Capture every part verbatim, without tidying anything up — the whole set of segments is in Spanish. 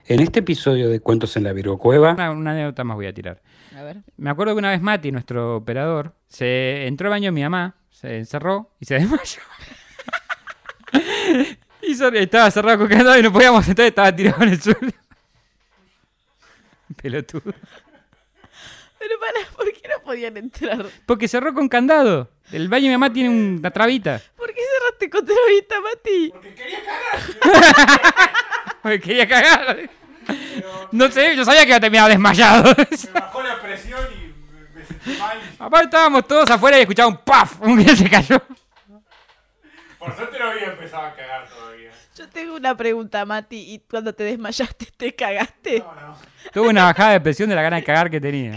En este episodio de Cuentos en la Virgocueva, Una, una anécdota más voy a tirar. A ver. Me acuerdo que una vez Mati, nuestro operador, se entró al baño de mi mamá, se encerró y se desmayó. y se- estaba cerrado con candado y no podíamos entrar, estaba tirado en el suelo. Pelotudo. Pero para, ¿por qué no podían entrar? Porque cerró con candado. El baño de mi mamá tiene una trabita. ¿Por qué cerraste con trabita, Mati? Porque quería cagar. No sé, yo sabía que iba a terminar desmayado. Me bajó la presión y me, me sentí mal. Aparte estábamos todos afuera y escuchaba un ¡paf! Un que se cayó. Por suerte no había empezado a cagar todavía. Yo tengo una pregunta, Mati. ¿Y cuando te desmayaste, te cagaste? No, no. Tuve una bajada de presión de la gana de cagar que tenía.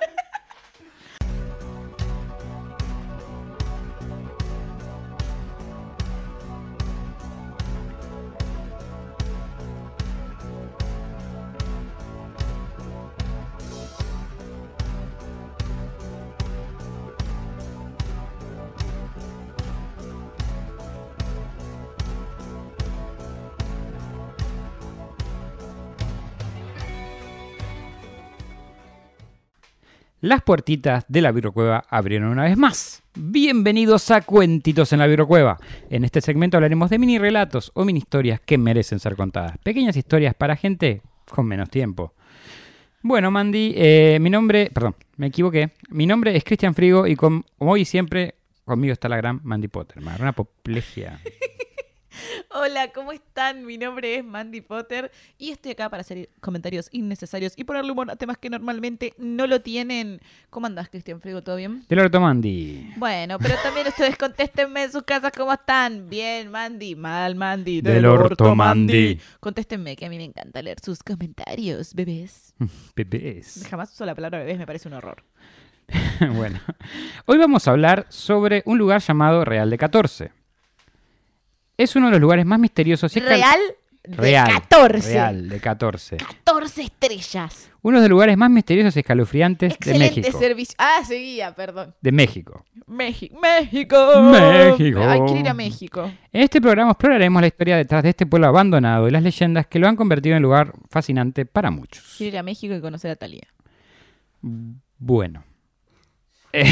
Las puertitas de la Virgocueva abrieron una vez más. Bienvenidos a Cuentitos en la Virgocueva. En este segmento hablaremos de mini relatos o mini historias que merecen ser contadas. Pequeñas historias para gente con menos tiempo. Bueno, Mandy, eh, mi nombre... Perdón, me equivoqué. Mi nombre es Cristian Frigo y como hoy siempre conmigo está la gran Mandy Potter. Me agarró una apoplejía. Hola, ¿cómo están? Mi nombre es Mandy Potter y estoy acá para hacer comentarios innecesarios y ponerle humor a temas que normalmente no lo tienen. ¿Cómo andás, Cristian Frigo? ¿Todo bien? Del orto, Mandy. Bueno, pero también ustedes contéstenme en sus casas cómo están. Bien, Mandy. Mal, Mandy. Del orto, Mandy. Contéstenme, que a mí me encanta leer sus comentarios, bebés. Bebés. Jamás uso la palabra bebés, me parece un horror. Bueno, hoy vamos a hablar sobre un lugar llamado Real de catorce. Es uno de los lugares más misteriosos y escal- Real de Real, catorce. Real de catorce. catorce estrellas. Uno de los lugares más misteriosos y escalofriantes Excelente de México. servicio. Ah, seguía, perdón. De México. México. México. México. Ay, quiero ir a México. En este programa exploraremos la historia detrás de este pueblo abandonado y las leyendas que lo han convertido en un lugar fascinante para muchos. Quiero ir a México y conocer a Talía. Bueno. Eh,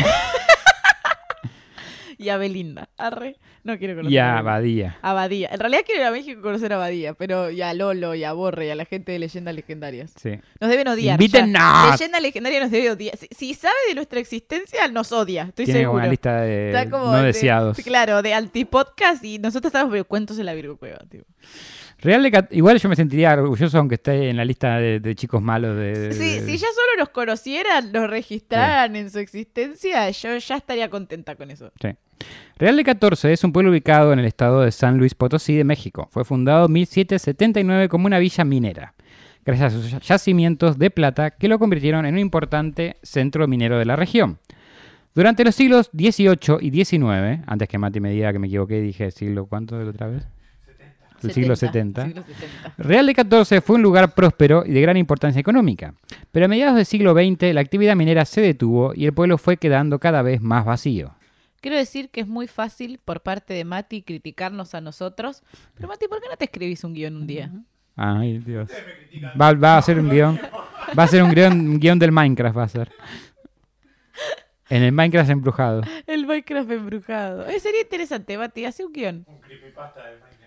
Y a Belinda. Arre. No quiero conocer y a a Belinda. Badía. A Badía. En realidad quiero ir a México y conocer a Badía, pero y a Lolo, y a Borre, y a la gente de Leyendas Legendarias. Sí. Nos deben odiar. Invítennos. ya. Leyenda Legendaria nos debe odiar. Si, si sabe de nuestra existencia, nos odia. Estoy Tiene seguro. una lista de Está como no de- deseados. Claro, de antipodcast y nosotros estamos de cuentos en la Virgocueva, tipo. Real de cat- Igual yo me sentiría orgulloso aunque esté en la lista de, de chicos malos de... de- Sí, de- si ya solo nos conocieran, nos registraran en su existencia, yo ya estaría contenta con eso. Sí. Real de catorce es un pueblo ubicado en el estado de San Luis Potosí de México. Fue fundado en mil setecientos setenta y nueve como una villa minera, gracias a sus yacimientos de plata que lo convirtieron en un importante centro minero de la región. Durante los siglos dieciocho y diecinueve, antes que Mati me diga que me equivoqué, dije siglo ¿cuánto de la otra vez? El siglo setenta. Siglo setenta. Real de catorce fue un lugar próspero y de gran importancia económica, pero a mediados del siglo veinte la actividad minera se detuvo y el pueblo fue quedando cada vez más vacío. Quiero decir que es muy fácil por parte de Mati criticarnos a nosotros. Pero Mati, ¿por qué no te escribís un guión un día? Ay, Dios. Va, va a hacer un guión. Va a ser un guión, un guión del Minecraft, va a ser. En el Minecraft embrujado. El Minecraft embrujado. Eh, sería interesante, Mati, hace un guión. Un creepypasta de Minecraft.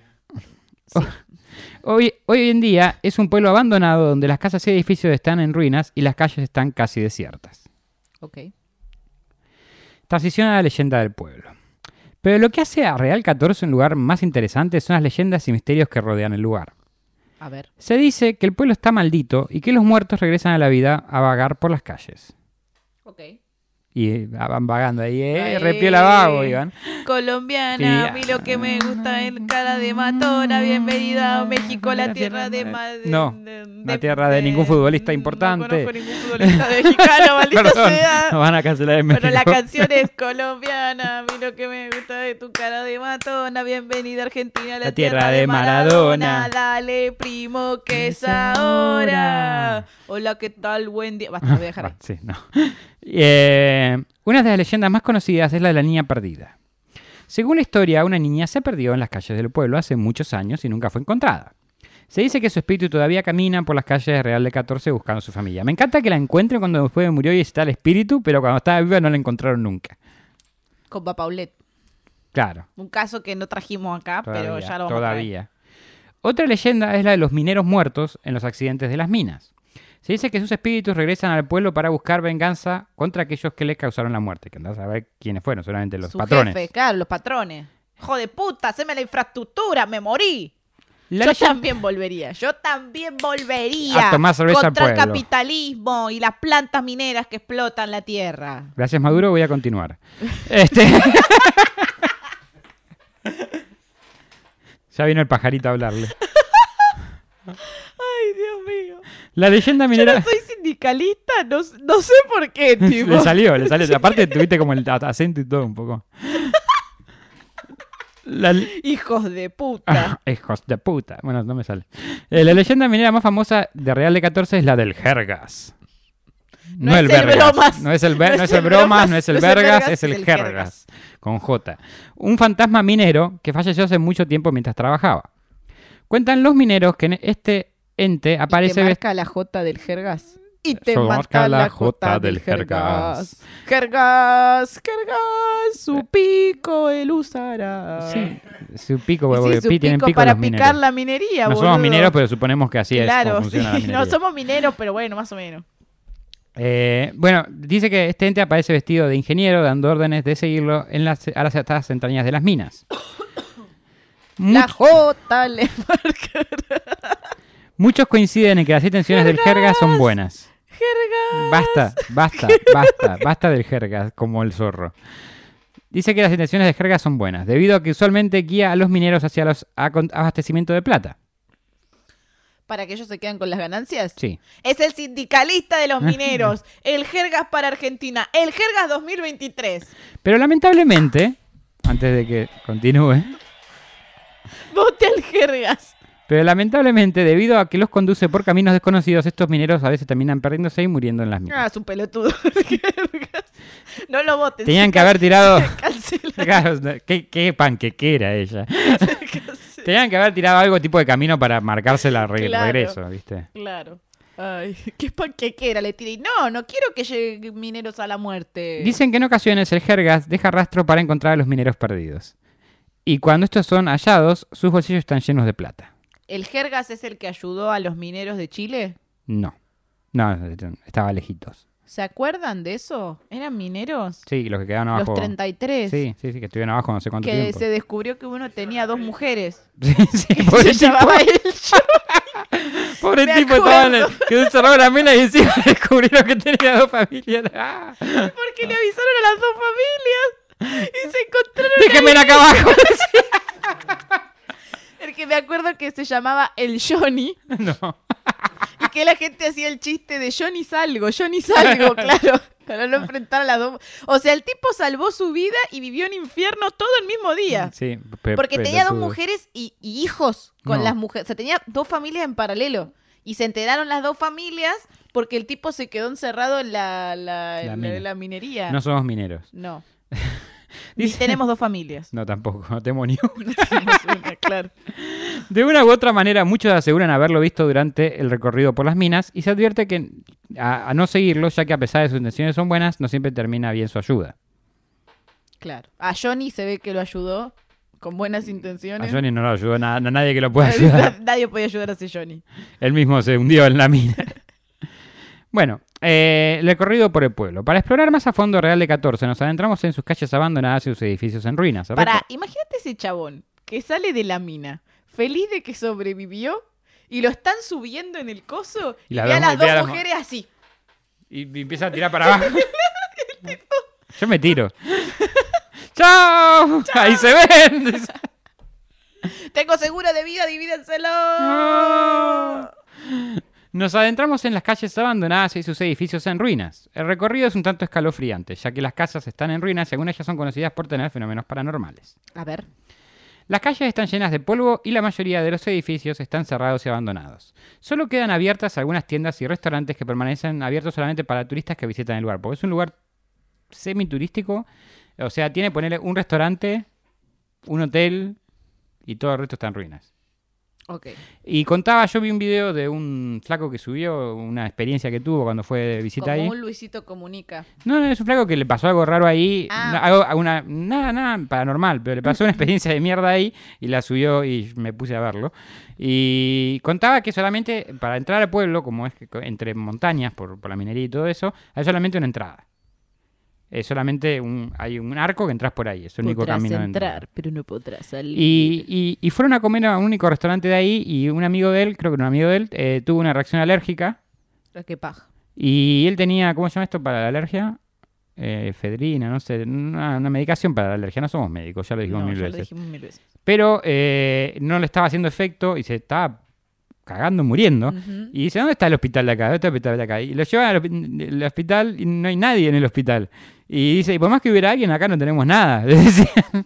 Hoy, hoy en día es un pueblo abandonado donde las casas y edificios están en ruinas y las calles están casi desiertas. Ok. Transición a la leyenda del pueblo. Pero lo que hace a Real catorce un lugar más interesante son las leyendas y misterios que rodean el lugar. A ver. Se dice que el pueblo está maldito y que los muertos regresan a la vida a vagar por las calles. Ok. Y eh, van vagando ahí, ¿eh? Ahí. Repiola vago, Iván. Colombiana, Sí. a mí lo que me gusta es cara de matona. Bienvenida a México, la tierra de... ma- de- No, de- la tierra de ningún futbolista importante. No conozco ningún futbolista mexicano, maldita Perdón, sea. nos van a cancelar en México. Pero la canción es colombiana, a mí lo que me gusta es tu cara de matona. Bienvenida Argentina, la, La tierra de Maradona. Dale, primo, que es ahora. Hola, ¿qué tal? Buen día. Basta, lo voy a dejar ahí. Ah, sí, no. Eh, una de las leyendas más conocidas es la de la niña perdida. Según la historia, una niña se perdió en las calles del pueblo hace muchos años y nunca fue encontrada. Se dice que su espíritu todavía camina por las calles de Real de catorce buscando a su familia. Me encanta que la encuentren cuando después murió y está el espíritu, pero cuando estaba viva no la encontraron nunca. Con Papaulette. Claro. Un caso que no trajimos acá, Todavía, pero ya lo vamos a todavía. Otra leyenda es la de los mineros muertos en los accidentes de las minas. Se dice que sus espíritus regresan al pueblo para buscar venganza contra aquellos que les causaron la muerte. Que andás a ver quiénes fueron, solamente los Su patrones. jefe, claro, los patrones. Hijo de puta, haceme la infraestructura, me morí. La yo leyenda- también volvería, yo también volvería A tomar cerveza al contra el pueblo. capitalismo y las plantas mineras que explotan la tierra. Gracias, Maduro, voy a continuar. Este... ya vino el pajarito a hablarle. Ay, Dios mío. La leyenda Yo minera... no soy sindicalista, no, no sé por qué, tipo. le salió, le salió. Aparte tuviste como el acento y todo un poco. La... Hijos de puta. Ah, hijos de puta. Bueno, no me sale. Eh, la leyenda minera más famosa de Real de catorce es la del Jergas. No, No el es el Vergas. Bromas. No es el, ver- No no es es el el Bromas, Bromas, no es el no es el Vergas, Vergas, es el es el Jergas. Jergas. Con J. Un fantasma minero que falleció hace mucho tiempo mientras trabajaba. Cuentan los mineros que en este ente aparece... te vest- marca la J del Jergas. Y te Solo marca la J del Jergas. Jergas. Jergas, Jergas, su pico él usará. Sí, su pico, Y huevo, sí, su pi- tienen pico pico para los picar mineros. la minería, No boludo. somos mineros, pero suponemos que así es Claro, como funciona la sí, minería. no somos mineros, pero bueno, más o menos. Eh, bueno, dice que este ente aparece vestido de ingeniero, dando órdenes de seguirlo en las, a las atadas entrañas de las minas. La Much- J le marca. muchos coinciden en que las intenciones del jerga son buenas. Jergas. Basta, basta, basta, basta del jerga, como el zorro. Dice que las intenciones de jerga son buenas, debido a que usualmente guía a los mineros hacia los acon- abastecimientos de plata. ¿Para que ellos se quedan con las ganancias? Sí. Es el sindicalista de los mineros. El Jergas para Argentina. El Jergas dos mil veintitrés. Pero lamentablemente, antes de que continúe, Vote al Jergas. pero lamentablemente, debido a que los conduce por caminos desconocidos, estos mineros a veces terminan perdiéndose y muriendo en las minas. Ah, es un pelotudo. Jergas. No lo voten. Tenían se que haber can- tirado... se cancela. Claro, ¿qué, qué panquequera ella. Se cancela. Tenían que haber tirado algo tipo de camino para marcarse el re- Claro. regreso, ¿viste? Claro. Ay, qué panquequera le tiré. No, no quiero que lleguen mineros a la muerte. Dicen que en ocasiones el Jergas deja rastro para encontrar a los mineros perdidos. Y cuando estos son hallados, sus bolsillos están llenos de plata. ¿El Jergas es el que ayudó a los mineros de Chile? No. No, estaba lejitos. ¿Se acuerdan de eso? ¿Eran mineros? Sí, los que quedaron abajo. Los treinta y tres. Sí, sí, sí, que estuvieron abajo no sé cuánto Que tiempo. se descubrió que uno tenía dos mujeres. Sí, sí, Que pobre se tipo, llamaba el pobre me tipo estaba en el, acuerdo. quedó encerrado en la mina y encima descubrieron que tenía dos familias. ¡Ah! Porque le avisaron a las dos familias y se encontraron Déjenme acá abajo. el que me acuerdo que se llamaba el Johnny No. y que la gente hacía el chiste de Johnny salgo, Johnny salgo, claro, para no enfrentar a las dos. O sea, el tipo salvó su vida y vivió en infierno todo el mismo día. Sí, pe- Porque tenía dos pelotudo. mujeres y, y hijos con No. las mujeres. O sea, tenía dos familias en paralelo. Y se enteraron las dos familias porque el tipo se quedó encerrado en la, la, La en mina. la minería. No somos mineros. No. Ni Dice- tenemos dos familias. No, tampoco, no tenemos ni uno. No tenemos una, claro. De una u otra manera, muchos aseguran haberlo visto durante el recorrido por las minas y se advierte que a, a no seguirlo, ya que a pesar de sus intenciones son buenas, no siempre termina bien su ayuda. Claro. A Johnny se ve que lo ayudó con buenas A intenciones. Johnny no lo ayudó nada, no nadie que lo pueda ayudar. Nadie podía ayudar a ese Johnny. Él mismo se hundió en la mina. Bueno, eh, el recorrido por el pueblo. Para explorar más a fondo Real de catorce, nos adentramos en sus calles abandonadas y sus edificios en ruinas. El Para, reco- imagínate ese chabón que sale de la mina, feliz de que sobrevivió, y lo están subiendo en el coso Y y, las ve a dos- las y ve dos a las- mujeres así. Y, y empieza a tirar para abajo. Yo me tiro. ¡Chao! Ahí se ven. Tengo seguro de vida, divídenselo. No. Nos adentramos en las calles abandonadas y sus edificios en ruinas. El recorrido es un tanto escalofriante, ya que las casas están en ruinas y algunas ya son conocidas por tener fenómenos paranormales. A ver. Las calles están llenas de polvo y la mayoría de los edificios están cerrados y abandonados. Solo quedan abiertas algunas tiendas y restaurantes que permanecen abiertos solamente para turistas que visitan el lugar, porque es un lugar semiturístico. O sea, tiene ponerle un restaurante, un hotel y todo el resto está en ruinas. Ok. Y contaba, yo vi un video de un flaco que subió una experiencia que tuvo cuando fue de visita Como ahí. un Luisito Comunica. No, no, es un flaco que le pasó algo raro ahí. Ah. No, algo, una, nada, nada paranormal, pero le pasó una experiencia de mierda ahí y la subió y me puse a verlo. Y contaba que solamente para entrar al pueblo, como es que entre montañas, por, por la minería y todo eso, hay solamente una entrada. Es solamente un, hay un arco que entras por ahí, es el único Podrás camino de entrar, entrada. pero no podrás salir. Y, y, y fueron a comer a un único restaurante de ahí y un amigo de él, creo que un amigo de él, eh, tuvo una reacción alérgica. Qué paja. Y él tenía, ¿cómo se llama esto para la alergia? Eh, efedrina, no sé, una, una medicación para la alergia. No somos médicos, ya lo dijimos No, mil ya lo veces. dijimos mil veces. Pero eh, no le estaba haciendo efecto y se estaba cagando, muriendo. Ujú. Y dice, ¿dónde está el hospital de acá? ¿Dónde está el hospital de acá? Y lo llevan al hospi- al hospital y no hay nadie en el hospital. Y dice, y por más que hubiera alguien, acá no tenemos nada. Le decía.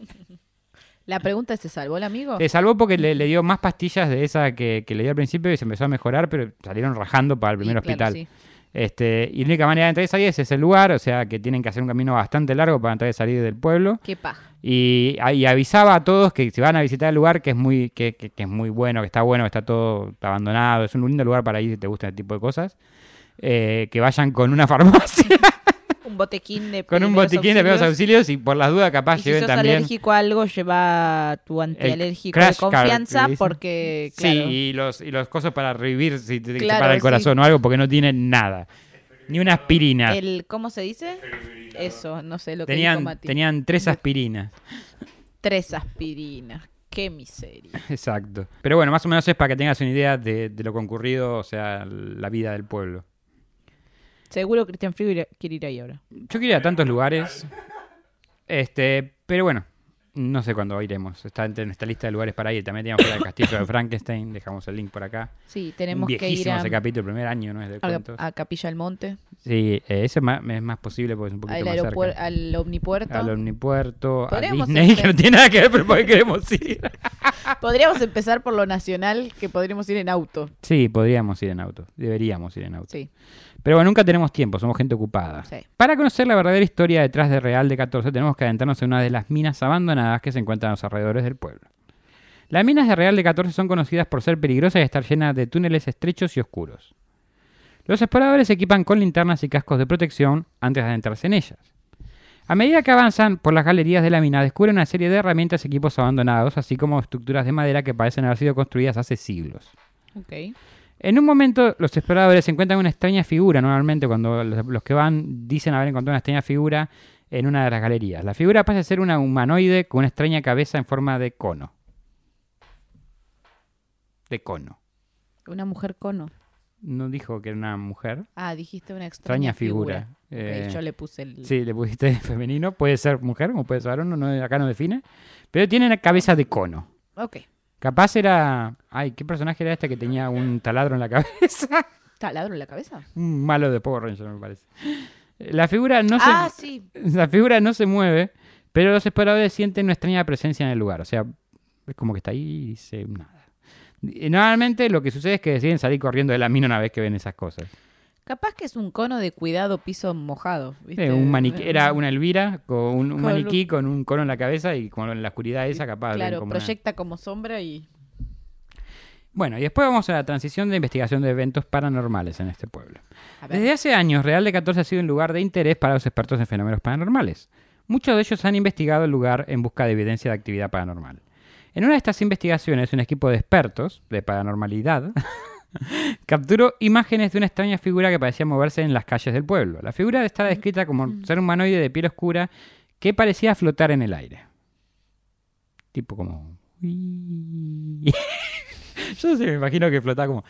La pregunta es, ¿se salvó el amigo? Se salvó porque le, le dio más pastillas de esa que, que le dio al principio y se empezó a mejorar, pero salieron rajando para el primer Sí, claro, hospital. sí. Este, y la única manera de entrar y salir es ese lugar, o sea que tienen que hacer un camino bastante largo para entrar y salir del pueblo. Qué paja. Y, y avisaba a todos que si van a visitar el lugar, que es muy, que, que- que es muy bueno, que está bueno, que está todo está abandonado, es un lindo lugar para ir si te gustan este tipo de cosas. Eh, que vayan con una farmacia, Un botequín de con un primeros botiquín de primeros auxilios. auxilios y por las dudas capaz Y si lleven sos también. alérgico a algo, lleva tu antialérgico de crash card, confianza que dicen. porque, claro, Sí, y los, y los cosas para revivir si te, te Claro, para el sí. corazón o algo, porque no tienen nada. Ni una aspirina. el, ¿cómo se dice? Eso, no sé lo que dijo Tenían, Mati. tenían tres aspirinas. Tres aspirinas. Qué miseria. Exacto. Pero bueno, más o menos es para que tengas una idea de, de lo concurrido, o sea, la vida del pueblo. Seguro Cristian Frigo irá- quiere ir ahí ahora. Yo quiero ir a tantos lugares. Este, pero bueno, no sé cuándo iremos. Está en nuestra lista de lugares para ir. También teníamos que ir al castillo de Frankenstein. Dejamos el link por acá. Sí, tenemos que ir Viejísimo a, ese capítulo, el primer año, ¿no? Es de a, cuentos. a Capilla del Monte, Sí, eh, ese es más, es más posible porque es un poquito al, más aeropuer- cerca. al omnipuerto. Al Omnipuerto, a Podríamos Disney, que hacer- no tiene nada que ver, pero porque queremos ir. Podríamos empezar por lo nacional, que podríamos ir en auto. Sí, podríamos ir en auto. Deberíamos ir en auto. Sí, Pero bueno, nunca tenemos tiempo, somos gente ocupada. sí. Para conocer la verdadera historia detrás de Real de catorce, tenemos que adentrarnos en una de las minas abandonadas que se encuentran a los alrededores del pueblo. Las minas de Real de catorce son conocidas por ser peligrosas y estar llenas de túneles estrechos y oscuros. Los exploradores se equipan con linternas y cascos de protección antes de adentrarse en ellas. A medida que avanzan por las galerías de la mina, descubren una serie de herramientas y equipos abandonados, así como estructuras de madera que parecen haber sido construidas hace siglos. Ok. En un momento, los exploradores encuentran una extraña figura. Normalmente, cuando los, los que van dicen haber encontrado una extraña figura en una de las galerías. La figura parece ser una humanoide con una extraña cabeza en forma de cono. De cono. Una mujer cono. No dijo que era una mujer. Ah, dijiste una extraña, Extraña figura. figura. Ok, Eh, yo le puse el... Sí, le pusiste femenino. Puede ser mujer, como puede ser varón, no, acá no define. Pero tiene una cabeza de cono. Ok. Capaz era... Ay, ¿qué personaje era este que tenía un taladro en la cabeza? ¿Taladro en la cabeza? Un malo de Power Ranger, me parece. La figura no ah, se... sí. La figura no se mueve, pero los exploradores sienten una extraña presencia en el lugar. O sea, es como que está ahí y dice nada. Y normalmente lo que sucede es que deciden salir corriendo de la mina una vez que ven esas cosas. Capaz que es un cono de cuidado piso mojado. ¿viste? Eh, un maniquí, era una Elvira con un, un Con maniquí con un cono en la cabeza y con la oscuridad esa capaz. ven Claro, como una- proyecta como sombra y... Bueno, y después vamos a la transición de investigación de eventos paranormales en este pueblo. A ver. Desde hace años, Real de catorce ha sido un lugar de interés para los expertos en fenómenos paranormales. Muchos de ellos han investigado el lugar en busca de evidencia de actividad paranormal. En una de estas investigaciones, un equipo de expertos de paranormalidad capturó imágenes de una extraña figura que parecía moverse en las calles del pueblo. La figura está descrita como ser un humanoide de piel oscura que parecía flotar en el aire. Tipo como... Yo sí me imagino que flotaba como...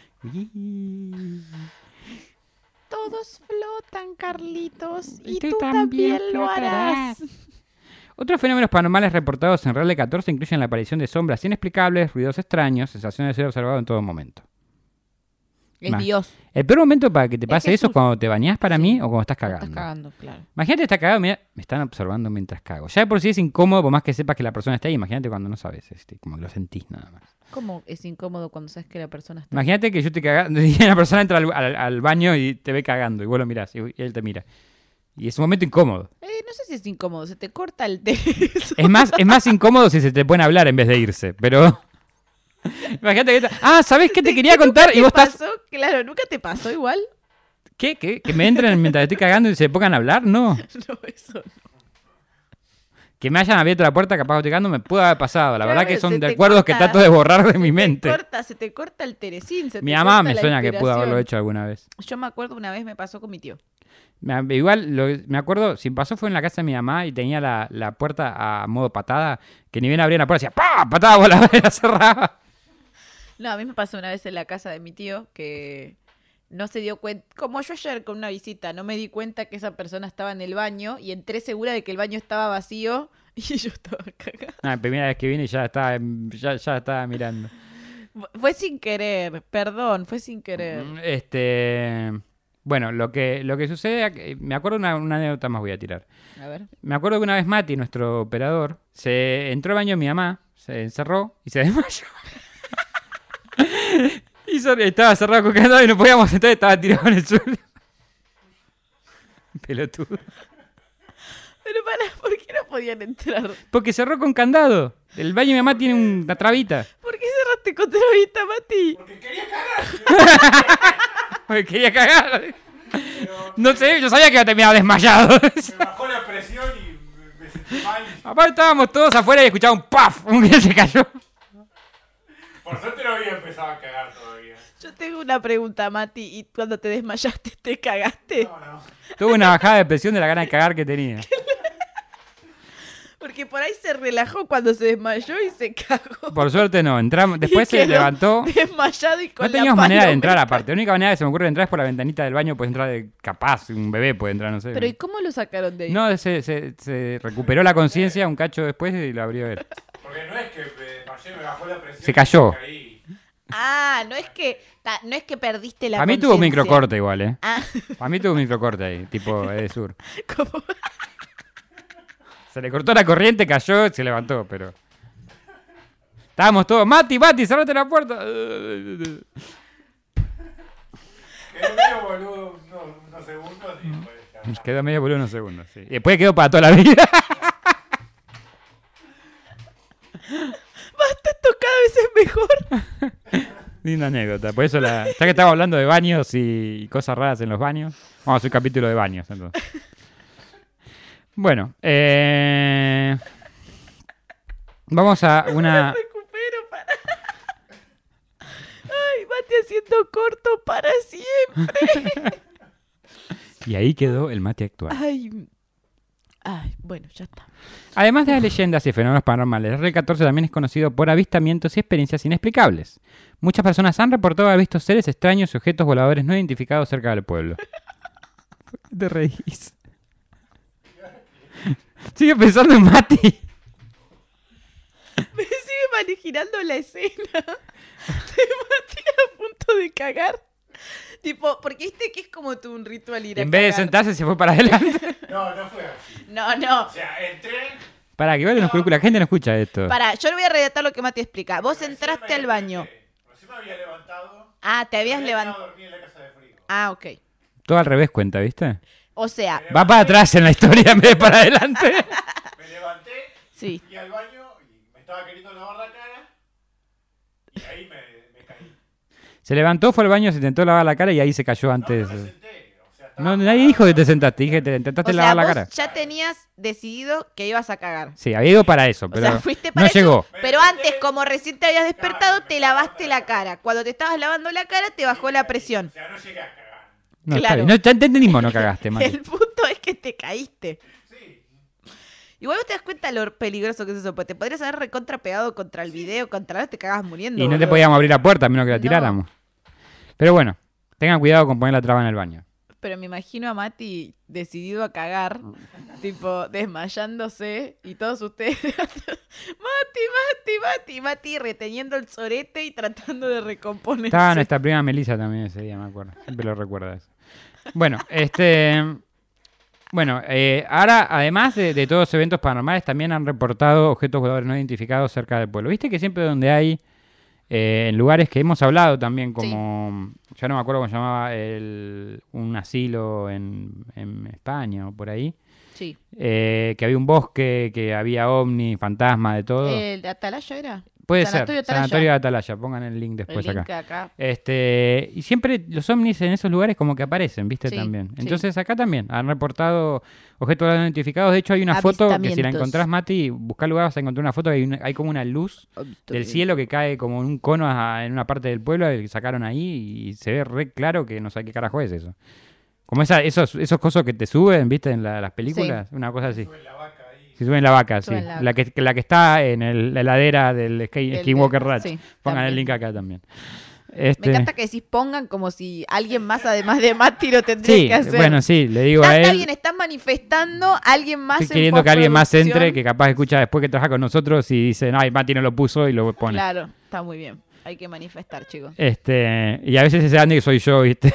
Todos flotan, Carlitos, y Tú tú, también también, lo harás. Otros fenómenos paranormales reportados en Real de catorce incluyen la aparición de sombras inexplicables, ruidos extraños, sensaciones de ser observado en todo momento. Es Más. Dios. El peor momento para que te Es pase eso es Jesús. cuando te bañás para Sí. mí o cuando estás No cagando. Estás cagando, claro. Imagínate estar cagado, mira, me están observando mientras cago. Ya de por sí es incómodo, por más que sepas que la persona está ahí. Imagínate cuando no sabes, este, como que lo sentís nada más. ¿Cómo es incómodo cuando sabes que la persona está... Imagínate que yo te cagando y la persona entra al, al- al baño y te ve cagando y vos lo mirás y, y él te mira. Y es un momento incómodo. Eh, no sé si es incómodo, se te corta el teléfono. Es más, es más incómodo si se te pone a hablar en vez de irse, pero... Imagínate que... Ah, ¿sabés qué te quería ¿Nunca contar? te Y vos estás... pasó? Claro, ¿nunca te pasó igual? ¿Qué? ¿Qué? ¿Que me entren mientras estoy cagando y se pongan a hablar? No. No, eso no. Que me hayan abierto la puerta, capaz que estoy cagando, me pudo haber pasado. La Claro, verdad que son se te recuerdos que corta- trato de borrar de mi Se mente. te corta, se te corta el teresín. Se Mi te mamá corta me la suena que pudo inspiración. haberlo hecho alguna vez. Yo me acuerdo una vez me pasó con mi tío. Me- Igual, lo- me acuerdo, si pasó fue en la casa de mi mamá y tenía la, la puerta a modo patada, que ni bien abría la puerta, decía ¡pah! Patada, volaba y la cerraba. No, a mí me pasó una vez en la casa de mi tío que no se dio cuenta. Como yo ayer con una visita, no me di cuenta que esa persona estaba en el baño y entré segura de que el baño estaba vacío y yo estaba cagada. La primera vez que vine ya estaba, ya, ya estaba mirando. Fue sin querer, perdón, fue sin querer. Mm, Este, bueno, lo que, lo que sucede, me acuerdo una, una anécdota más voy a tirar. A ver. Me acuerdo que una vez Mati, nuestro operador, se entró al baño de mi mamá, se encerró y se desmayó. Y so- estaba cerrado con candado y no podíamos entrar, estaba tirado en el suelo. Pelotudo. Pero para, ¿por qué no podían entrar? Porque cerró con candado. El baño de mi mamá tiene una trabita. ¿Por qué cerraste con trabita, Mati? Porque quería cagar. Porque quería cagar. No sé, yo sabía que iba a terminar desmayado. Me bajó la presión y me- me sentí mal. Aparte estábamos todos afuera y escuchaba un ¡paf! Un que se cayó. Por suerte no había empezado a cagar todavía. Yo tengo una pregunta, Mati. ¿Y cuando te desmayaste, te cagaste? No, no. Tuve una bajada de presión de la gana de cagar que tenía. Porque por ahí se relajó cuando se desmayó y se cagó. Por suerte no, entramos, después Y se quedó levantó. Desmayado y con No la teníamos manera de paloma. entrar aparte. La única manera que se me ocurre de entrar es por la ventanita del baño, puedes entrar de capaz, un bebé puede entrar, no sé. Pero ¿y cómo lo sacaron de ahí? No, se, se, se recuperó la conciencia un cacho después y lo abrió él. Porque no es que me desmayé, me bajó la presión. Se y cayó. me caí. Ah, no es que ta- no es que perdiste la A mí tuvo un conciencia. microcorte igual, ¿eh? Ah, A mí tuvo un microcorte ahí, tipo de sur. como... Se le cortó la corriente, cayó, se levantó, pero... Estábamos todos, Mati, Mati, cerrate la puerta. Quedé medio boludo unos, unos segundos y después ya. Quedó medio boludo unos segundos, sí. Y después quedó para toda la vida. Basta, esto cada vez es mejor. Linda anécdota. Por eso, la... ya que estamos hablando de baños y cosas raras en los baños, vamos a hacer un capítulo de baños, entonces. Bueno, eh... vamos a una... Recupero para... Ay, Mati haciendo corto para siempre. Y ahí quedó el Mati actual. Ay, ay, bueno, ya está. Además de las leyendas y fenómenos paranormales, el R catorce también es conocido por avistamientos y experiencias inexplicables. Muchas personas han reportado haber visto seres extraños y objetos voladores no identificados cerca del pueblo. ¿Por qué te reís? Sigue pensando en Mati. Me sigue imaginando la escena de Mati a punto de cagar. Tipo, porque viste que es como tu un ritual ir a En vez de cagar. sentarse se fue para adelante. No, no fue así. No, no. O sea, entré. Para que igual no escuche- la gente no escucha esto. Pará, yo le voy a relatar lo que Mati explica. Vos recién entraste me al baño. desperté. Recién me había levantado. Ah, te habías había levantado. quedado dormido en la casa de frío. Ah, ok. Todo al revés cuenta, ¿viste? O sea, Va para atrás en la historia en vez de para adelante. Me levanté, sí. fui al baño y me estaba queriendo lavar la cara. Y ahí me, me caí. Se levantó, fue al baño, se intentó lavar la cara y ahí se cayó No, antes. no me senté. O sea, estaba No, nadie dijo que te sentaste, dije que te intentaste O sea, lavar la vos cara. ya tenías decidido que ibas a cagar. Sí, había ido para eso, O pero sea, fuiste para no eso, llegó. Pero antes, como recién te habías despertado, te lavaste la cara. Cuando te estabas lavando la cara, te bajó la presión. O sea, no llegué a cagar. No, está Claro. bien. No, ya entendimos, no cagaste, Mati. El punto es que te caíste. Sí. Igual vos te das cuenta lo peligroso que es eso, porque te podrías haber recontra pegado contra el video, contra la te cagabas muriendo. Y no te boludo. podíamos abrir la puerta a menos que la No. tiráramos. Pero bueno, tengan cuidado con poner la traba en el baño. Pero me imagino a Mati decidido a cagar, tipo desmayándose y todos ustedes. Mati, Mati, Mati, Mati reteniendo el sorete y tratando de recomponerse. Estaba nuestra prima Melissa también ese día, me acuerdo. Siempre lo recuerda eso. Bueno, este... Bueno, eh, ahora, además de, de todos los eventos paranormales, también han reportado objetos voladores no identificados cerca del pueblo. ¿Viste que siempre donde hay, eh, en lugares que hemos hablado también, como, ya no me acuerdo cómo se llamaba, el, un asilo en, en España o por ahí, Sí. eh, que había un bosque, que había ovni, fantasma, de todo? ¿El de Atalaya era? Puede Sanatorio ser, Atalaya. Sanatorio de Atalaya, pongan el link después El link acá. acá. Este, y siempre los ovnis en esos lugares como que aparecen, ¿viste? Sí, También. sí. Entonces acá también han reportado objetos no identificados. De hecho hay una foto que si la Avistamientos. encontrás, Mati, buscá lugar vas a encontrar una foto que hay, una- hay como una luz del cielo que cae como en un cono a- en una parte del pueblo que sacaron ahí y se ve re claro que no sé qué carajo es eso. Como esa, esos, esos cosos que te suben, ¿viste? En la- las películas, una cosa así. Sube la vaca ahí. Si suben la vaca, sí. Suben la La que, la que está en el- la heladera del Sky- El- Skinwalker Ranch. sí, Pongan el también. link acá también. Me Este, encanta que decís pongan como si alguien más, además de Mati, lo tendría sí, que hacer. bueno, sí, le digo Está, a está él. bien, estás manifestando, alguien más Estoy en queriendo que alguien más postproducción. entre, que capaz escucha después que trabaja con nosotros y dice, no, ay, Mati no lo puso y lo pone. Claro, está muy bien. Hay que manifestar, chicos. Este, y a veces ese Andy que soy yo, ¿viste?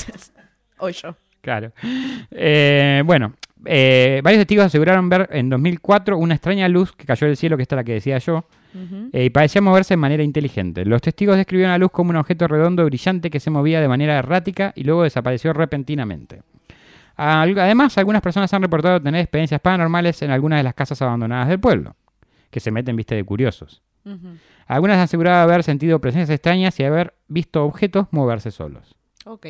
O yo. Claro. Eh, bueno, eh, varios testigos aseguraron ver en dos mil cuatro una extraña luz que cayó del cielo, que esta es la que decía yo, Ujú. eh, y parecía moverse de manera inteligente. Los testigos describieron la luz como un objeto redondo brillante que se movía de manera errática y luego desapareció repentinamente. Al- Además, algunas personas han reportado tener experiencias paranormales en algunas de las casas abandonadas del pueblo, que se meten, viste, de curiosos. Ujú. Algunas han asegurado haber sentido presencias extrañas y haber visto objetos moverse solos. Ok.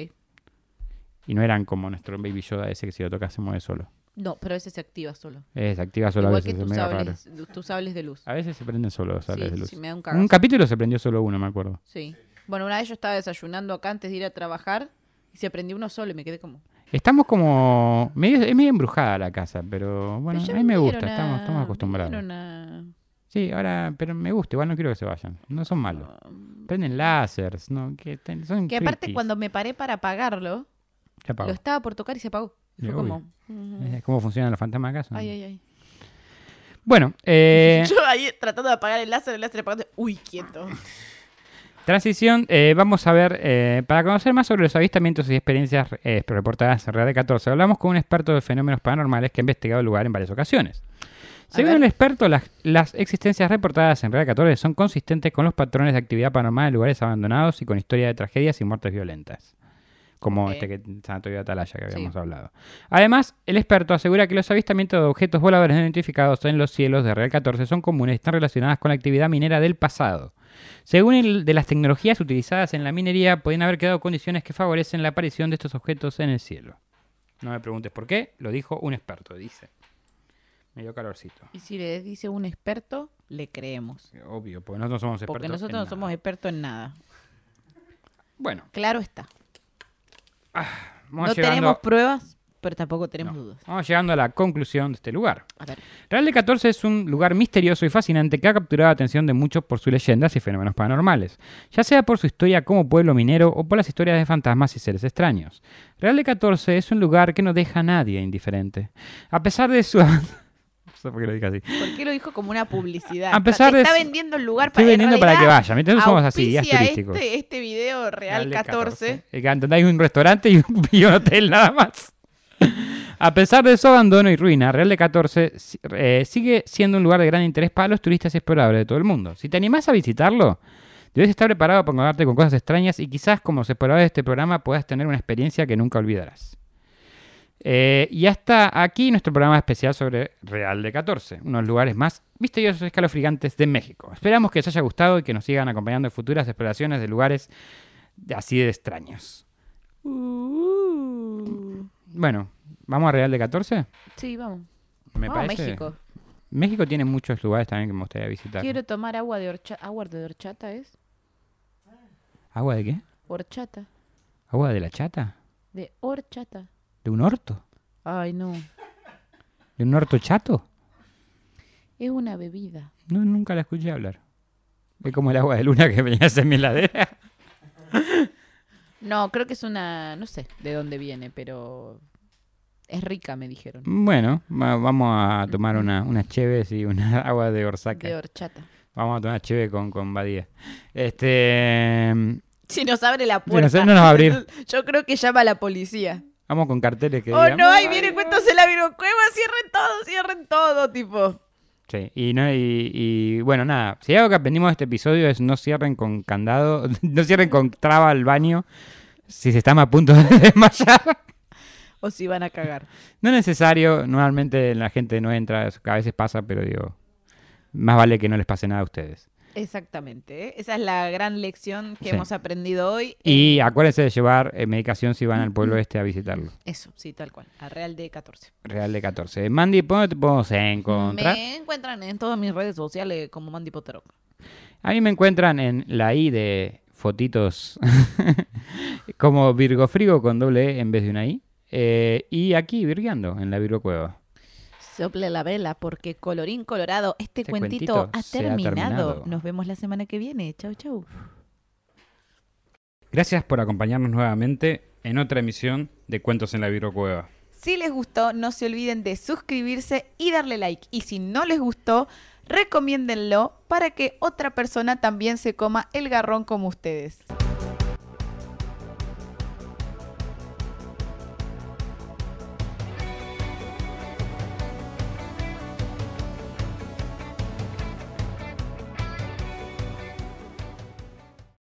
Y no eran como nuestro Baby Yoda ese que si lo tocas se mueve solo. No, pero ese se activa solo. Eh, se activa solo a Igual veces, que es tus medio raro. sables, tus sables de luz. A veces se prenden solo los sables Sí, de luz. sí, me da un Un cagazo. capítulo se prendió solo uno, me acuerdo. Sí. Bueno, una vez yo estaba desayunando acá antes de ir a trabajar y se prendió uno solo y me quedé como... Estamos como... Medio, es medio embrujada la casa, pero bueno, Pero ya a mí me gusta, vinieron estamos, a- estamos acostumbrados. vinieron a- Sí, ahora, pero me gusta, igual no quiero que se vayan. No son malos. Prenden lásers, ¿no? Que, ten- son Que aparte frikis. cuando me paré para apagarlo, Se apagó. lo estaba por tocar y se apagó. Y fue Uy. como... ujú. Eh, ¿Cómo funcionan los fantasmas acá? Son- Ay, ay, ay. Bueno, eh, Yo ahí tratando de apagar el láser, el láser apagando. Uy, quieto. transición, eh, vamos a ver, eh, para conocer más sobre los avistamientos y experiencias eh, reportadas en Red catorce, hablamos con un experto de fenómenos paranormales que ha investigado el lugar en varias ocasiones. A Según ver. el experto, las, las existencias reportadas en Red catorce son consistentes con los patrones de actividad paranormal en lugares abandonados y con historias de tragedias y muertes violentas. Como Ok. este que Sanatorio de Atalaya que habíamos Sí. hablado. Además, el experto asegura que los avistamientos de objetos voladores no identificados en los cielos de Real catorce son comunes y están relacionadas con la actividad minera del pasado. Según el de las tecnologías utilizadas en la minería, pueden haber quedado condiciones que favorecen la aparición de estos objetos en el cielo. No me preguntes por qué, lo dijo un experto, dice. Me dio calorcito. Y si le dice un experto, le creemos. Obvio, porque nosotros somos expertos. Porque nosotros en no nada. somos expertos en nada. Bueno, Claro está. vamos No llegando, tenemos pruebas, pero tampoco tenemos no, dudas. vamos llegando a la conclusión de este lugar. A ver. Real de catorce es un lugar misterioso y fascinante que ha capturado la atención de muchos por sus leyendas y fenómenos paranormales, ya sea por su historia como pueblo minero o por las historias de fantasmas y seres extraños. Real de catorce es un lugar que no deja a nadie indiferente. A pesar de su... No sé por qué lo dije así. ¿Por qué lo dijo como una publicidad? A pesar Te de está su- vendiendo el lugar Estoy para vendiendo en para que realidad vayan. Entonces somos así, guías auspicia turísticos. Este, este video Real de catorce. Eh, que donde hay un restaurante y un, y un hotel nada más. A pesar de su abandono y ruina, Real de catorce eh, sigue siendo un lugar de gran interés para los turistas y exploradores de todo el mundo. Si te animás a visitarlo, debes estar preparado para encontrarte con cosas extrañas y quizás como los exploradores de este programa puedas tener una experiencia que nunca olvidarás. Eh, y hasta aquí nuestro programa especial sobre Real de catorce, uno de los lugares más misteriosos y escalofriantes de México. Esperamos que les haya gustado y que nos sigan acompañando en futuras exploraciones de lugares de- así de extraños. Uh. Bueno, ¿vamos a Real de catorce? Sí, vamos. Me Vamos a parece. México. México tiene muchos lugares también que me gustaría visitar. Quiero tomar agua de horchata. ¿Agua de horchata es? ¿Agua de qué? Horchata. ¿Agua de la chata? De horchata. ¿De un orto? Ay, no. ¿De un orto chato? Es una bebida. No, nunca la escuché hablar. Es como el agua de luna que venía en mi heladera. No, creo que es una... No sé de dónde viene, pero... Es rica, me dijeron. Bueno, va- vamos a tomar una, unas cheves y una agua de orsaca. De horchata. Vamos a tomar cheve con, con Badía. Este... Si nos abre la Si no puerta. sé, no nos va a abrir. Yo creo que llama a la policía. Vamos con carteles que Oh, digan, no, ahí viene cuentos en la virocueva. Cierren todo, cierren todo, tipo. Sí, y, no, y, y bueno, nada. Si hay algo que aprendimos de este episodio es no cierren con candado, no cierren con traba al baño si se están a punto de desmayar. O si van a cagar. No es necesario, normalmente la gente no entra, a veces pasa, pero digo, más vale que no les pase nada a ustedes. Exactamente. ¿eh? Esa es la gran lección que Sí. hemos aprendido hoy. Y acuérdense de llevar eh, medicación si van al pueblo este a visitarlo. Eso, sí, tal cual. A Real de catorce. Real de catorce. Mandy, ¿dónde te podemos encontrar? Me encuentran en todas mis redes sociales como Mandy Potter. A mí me encuentran en la I de fotitos como Virgo Frigo con doble E en vez de una I. Eh, y aquí virgueando en la Virgo Cueva. Sople la vela porque colorín colorado, este, Este cuentito, cuentito ha, se ha terminado. terminado. Nos vemos la semana que viene. Chau, chau. Gracias por acompañarnos nuevamente en otra emisión de Cuentos en la Virgo Cueva. Si les gustó, no se olviden de suscribirse y darle like. Y si no les gustó, recomiéndenlo para que otra persona también se coma el garrón como ustedes.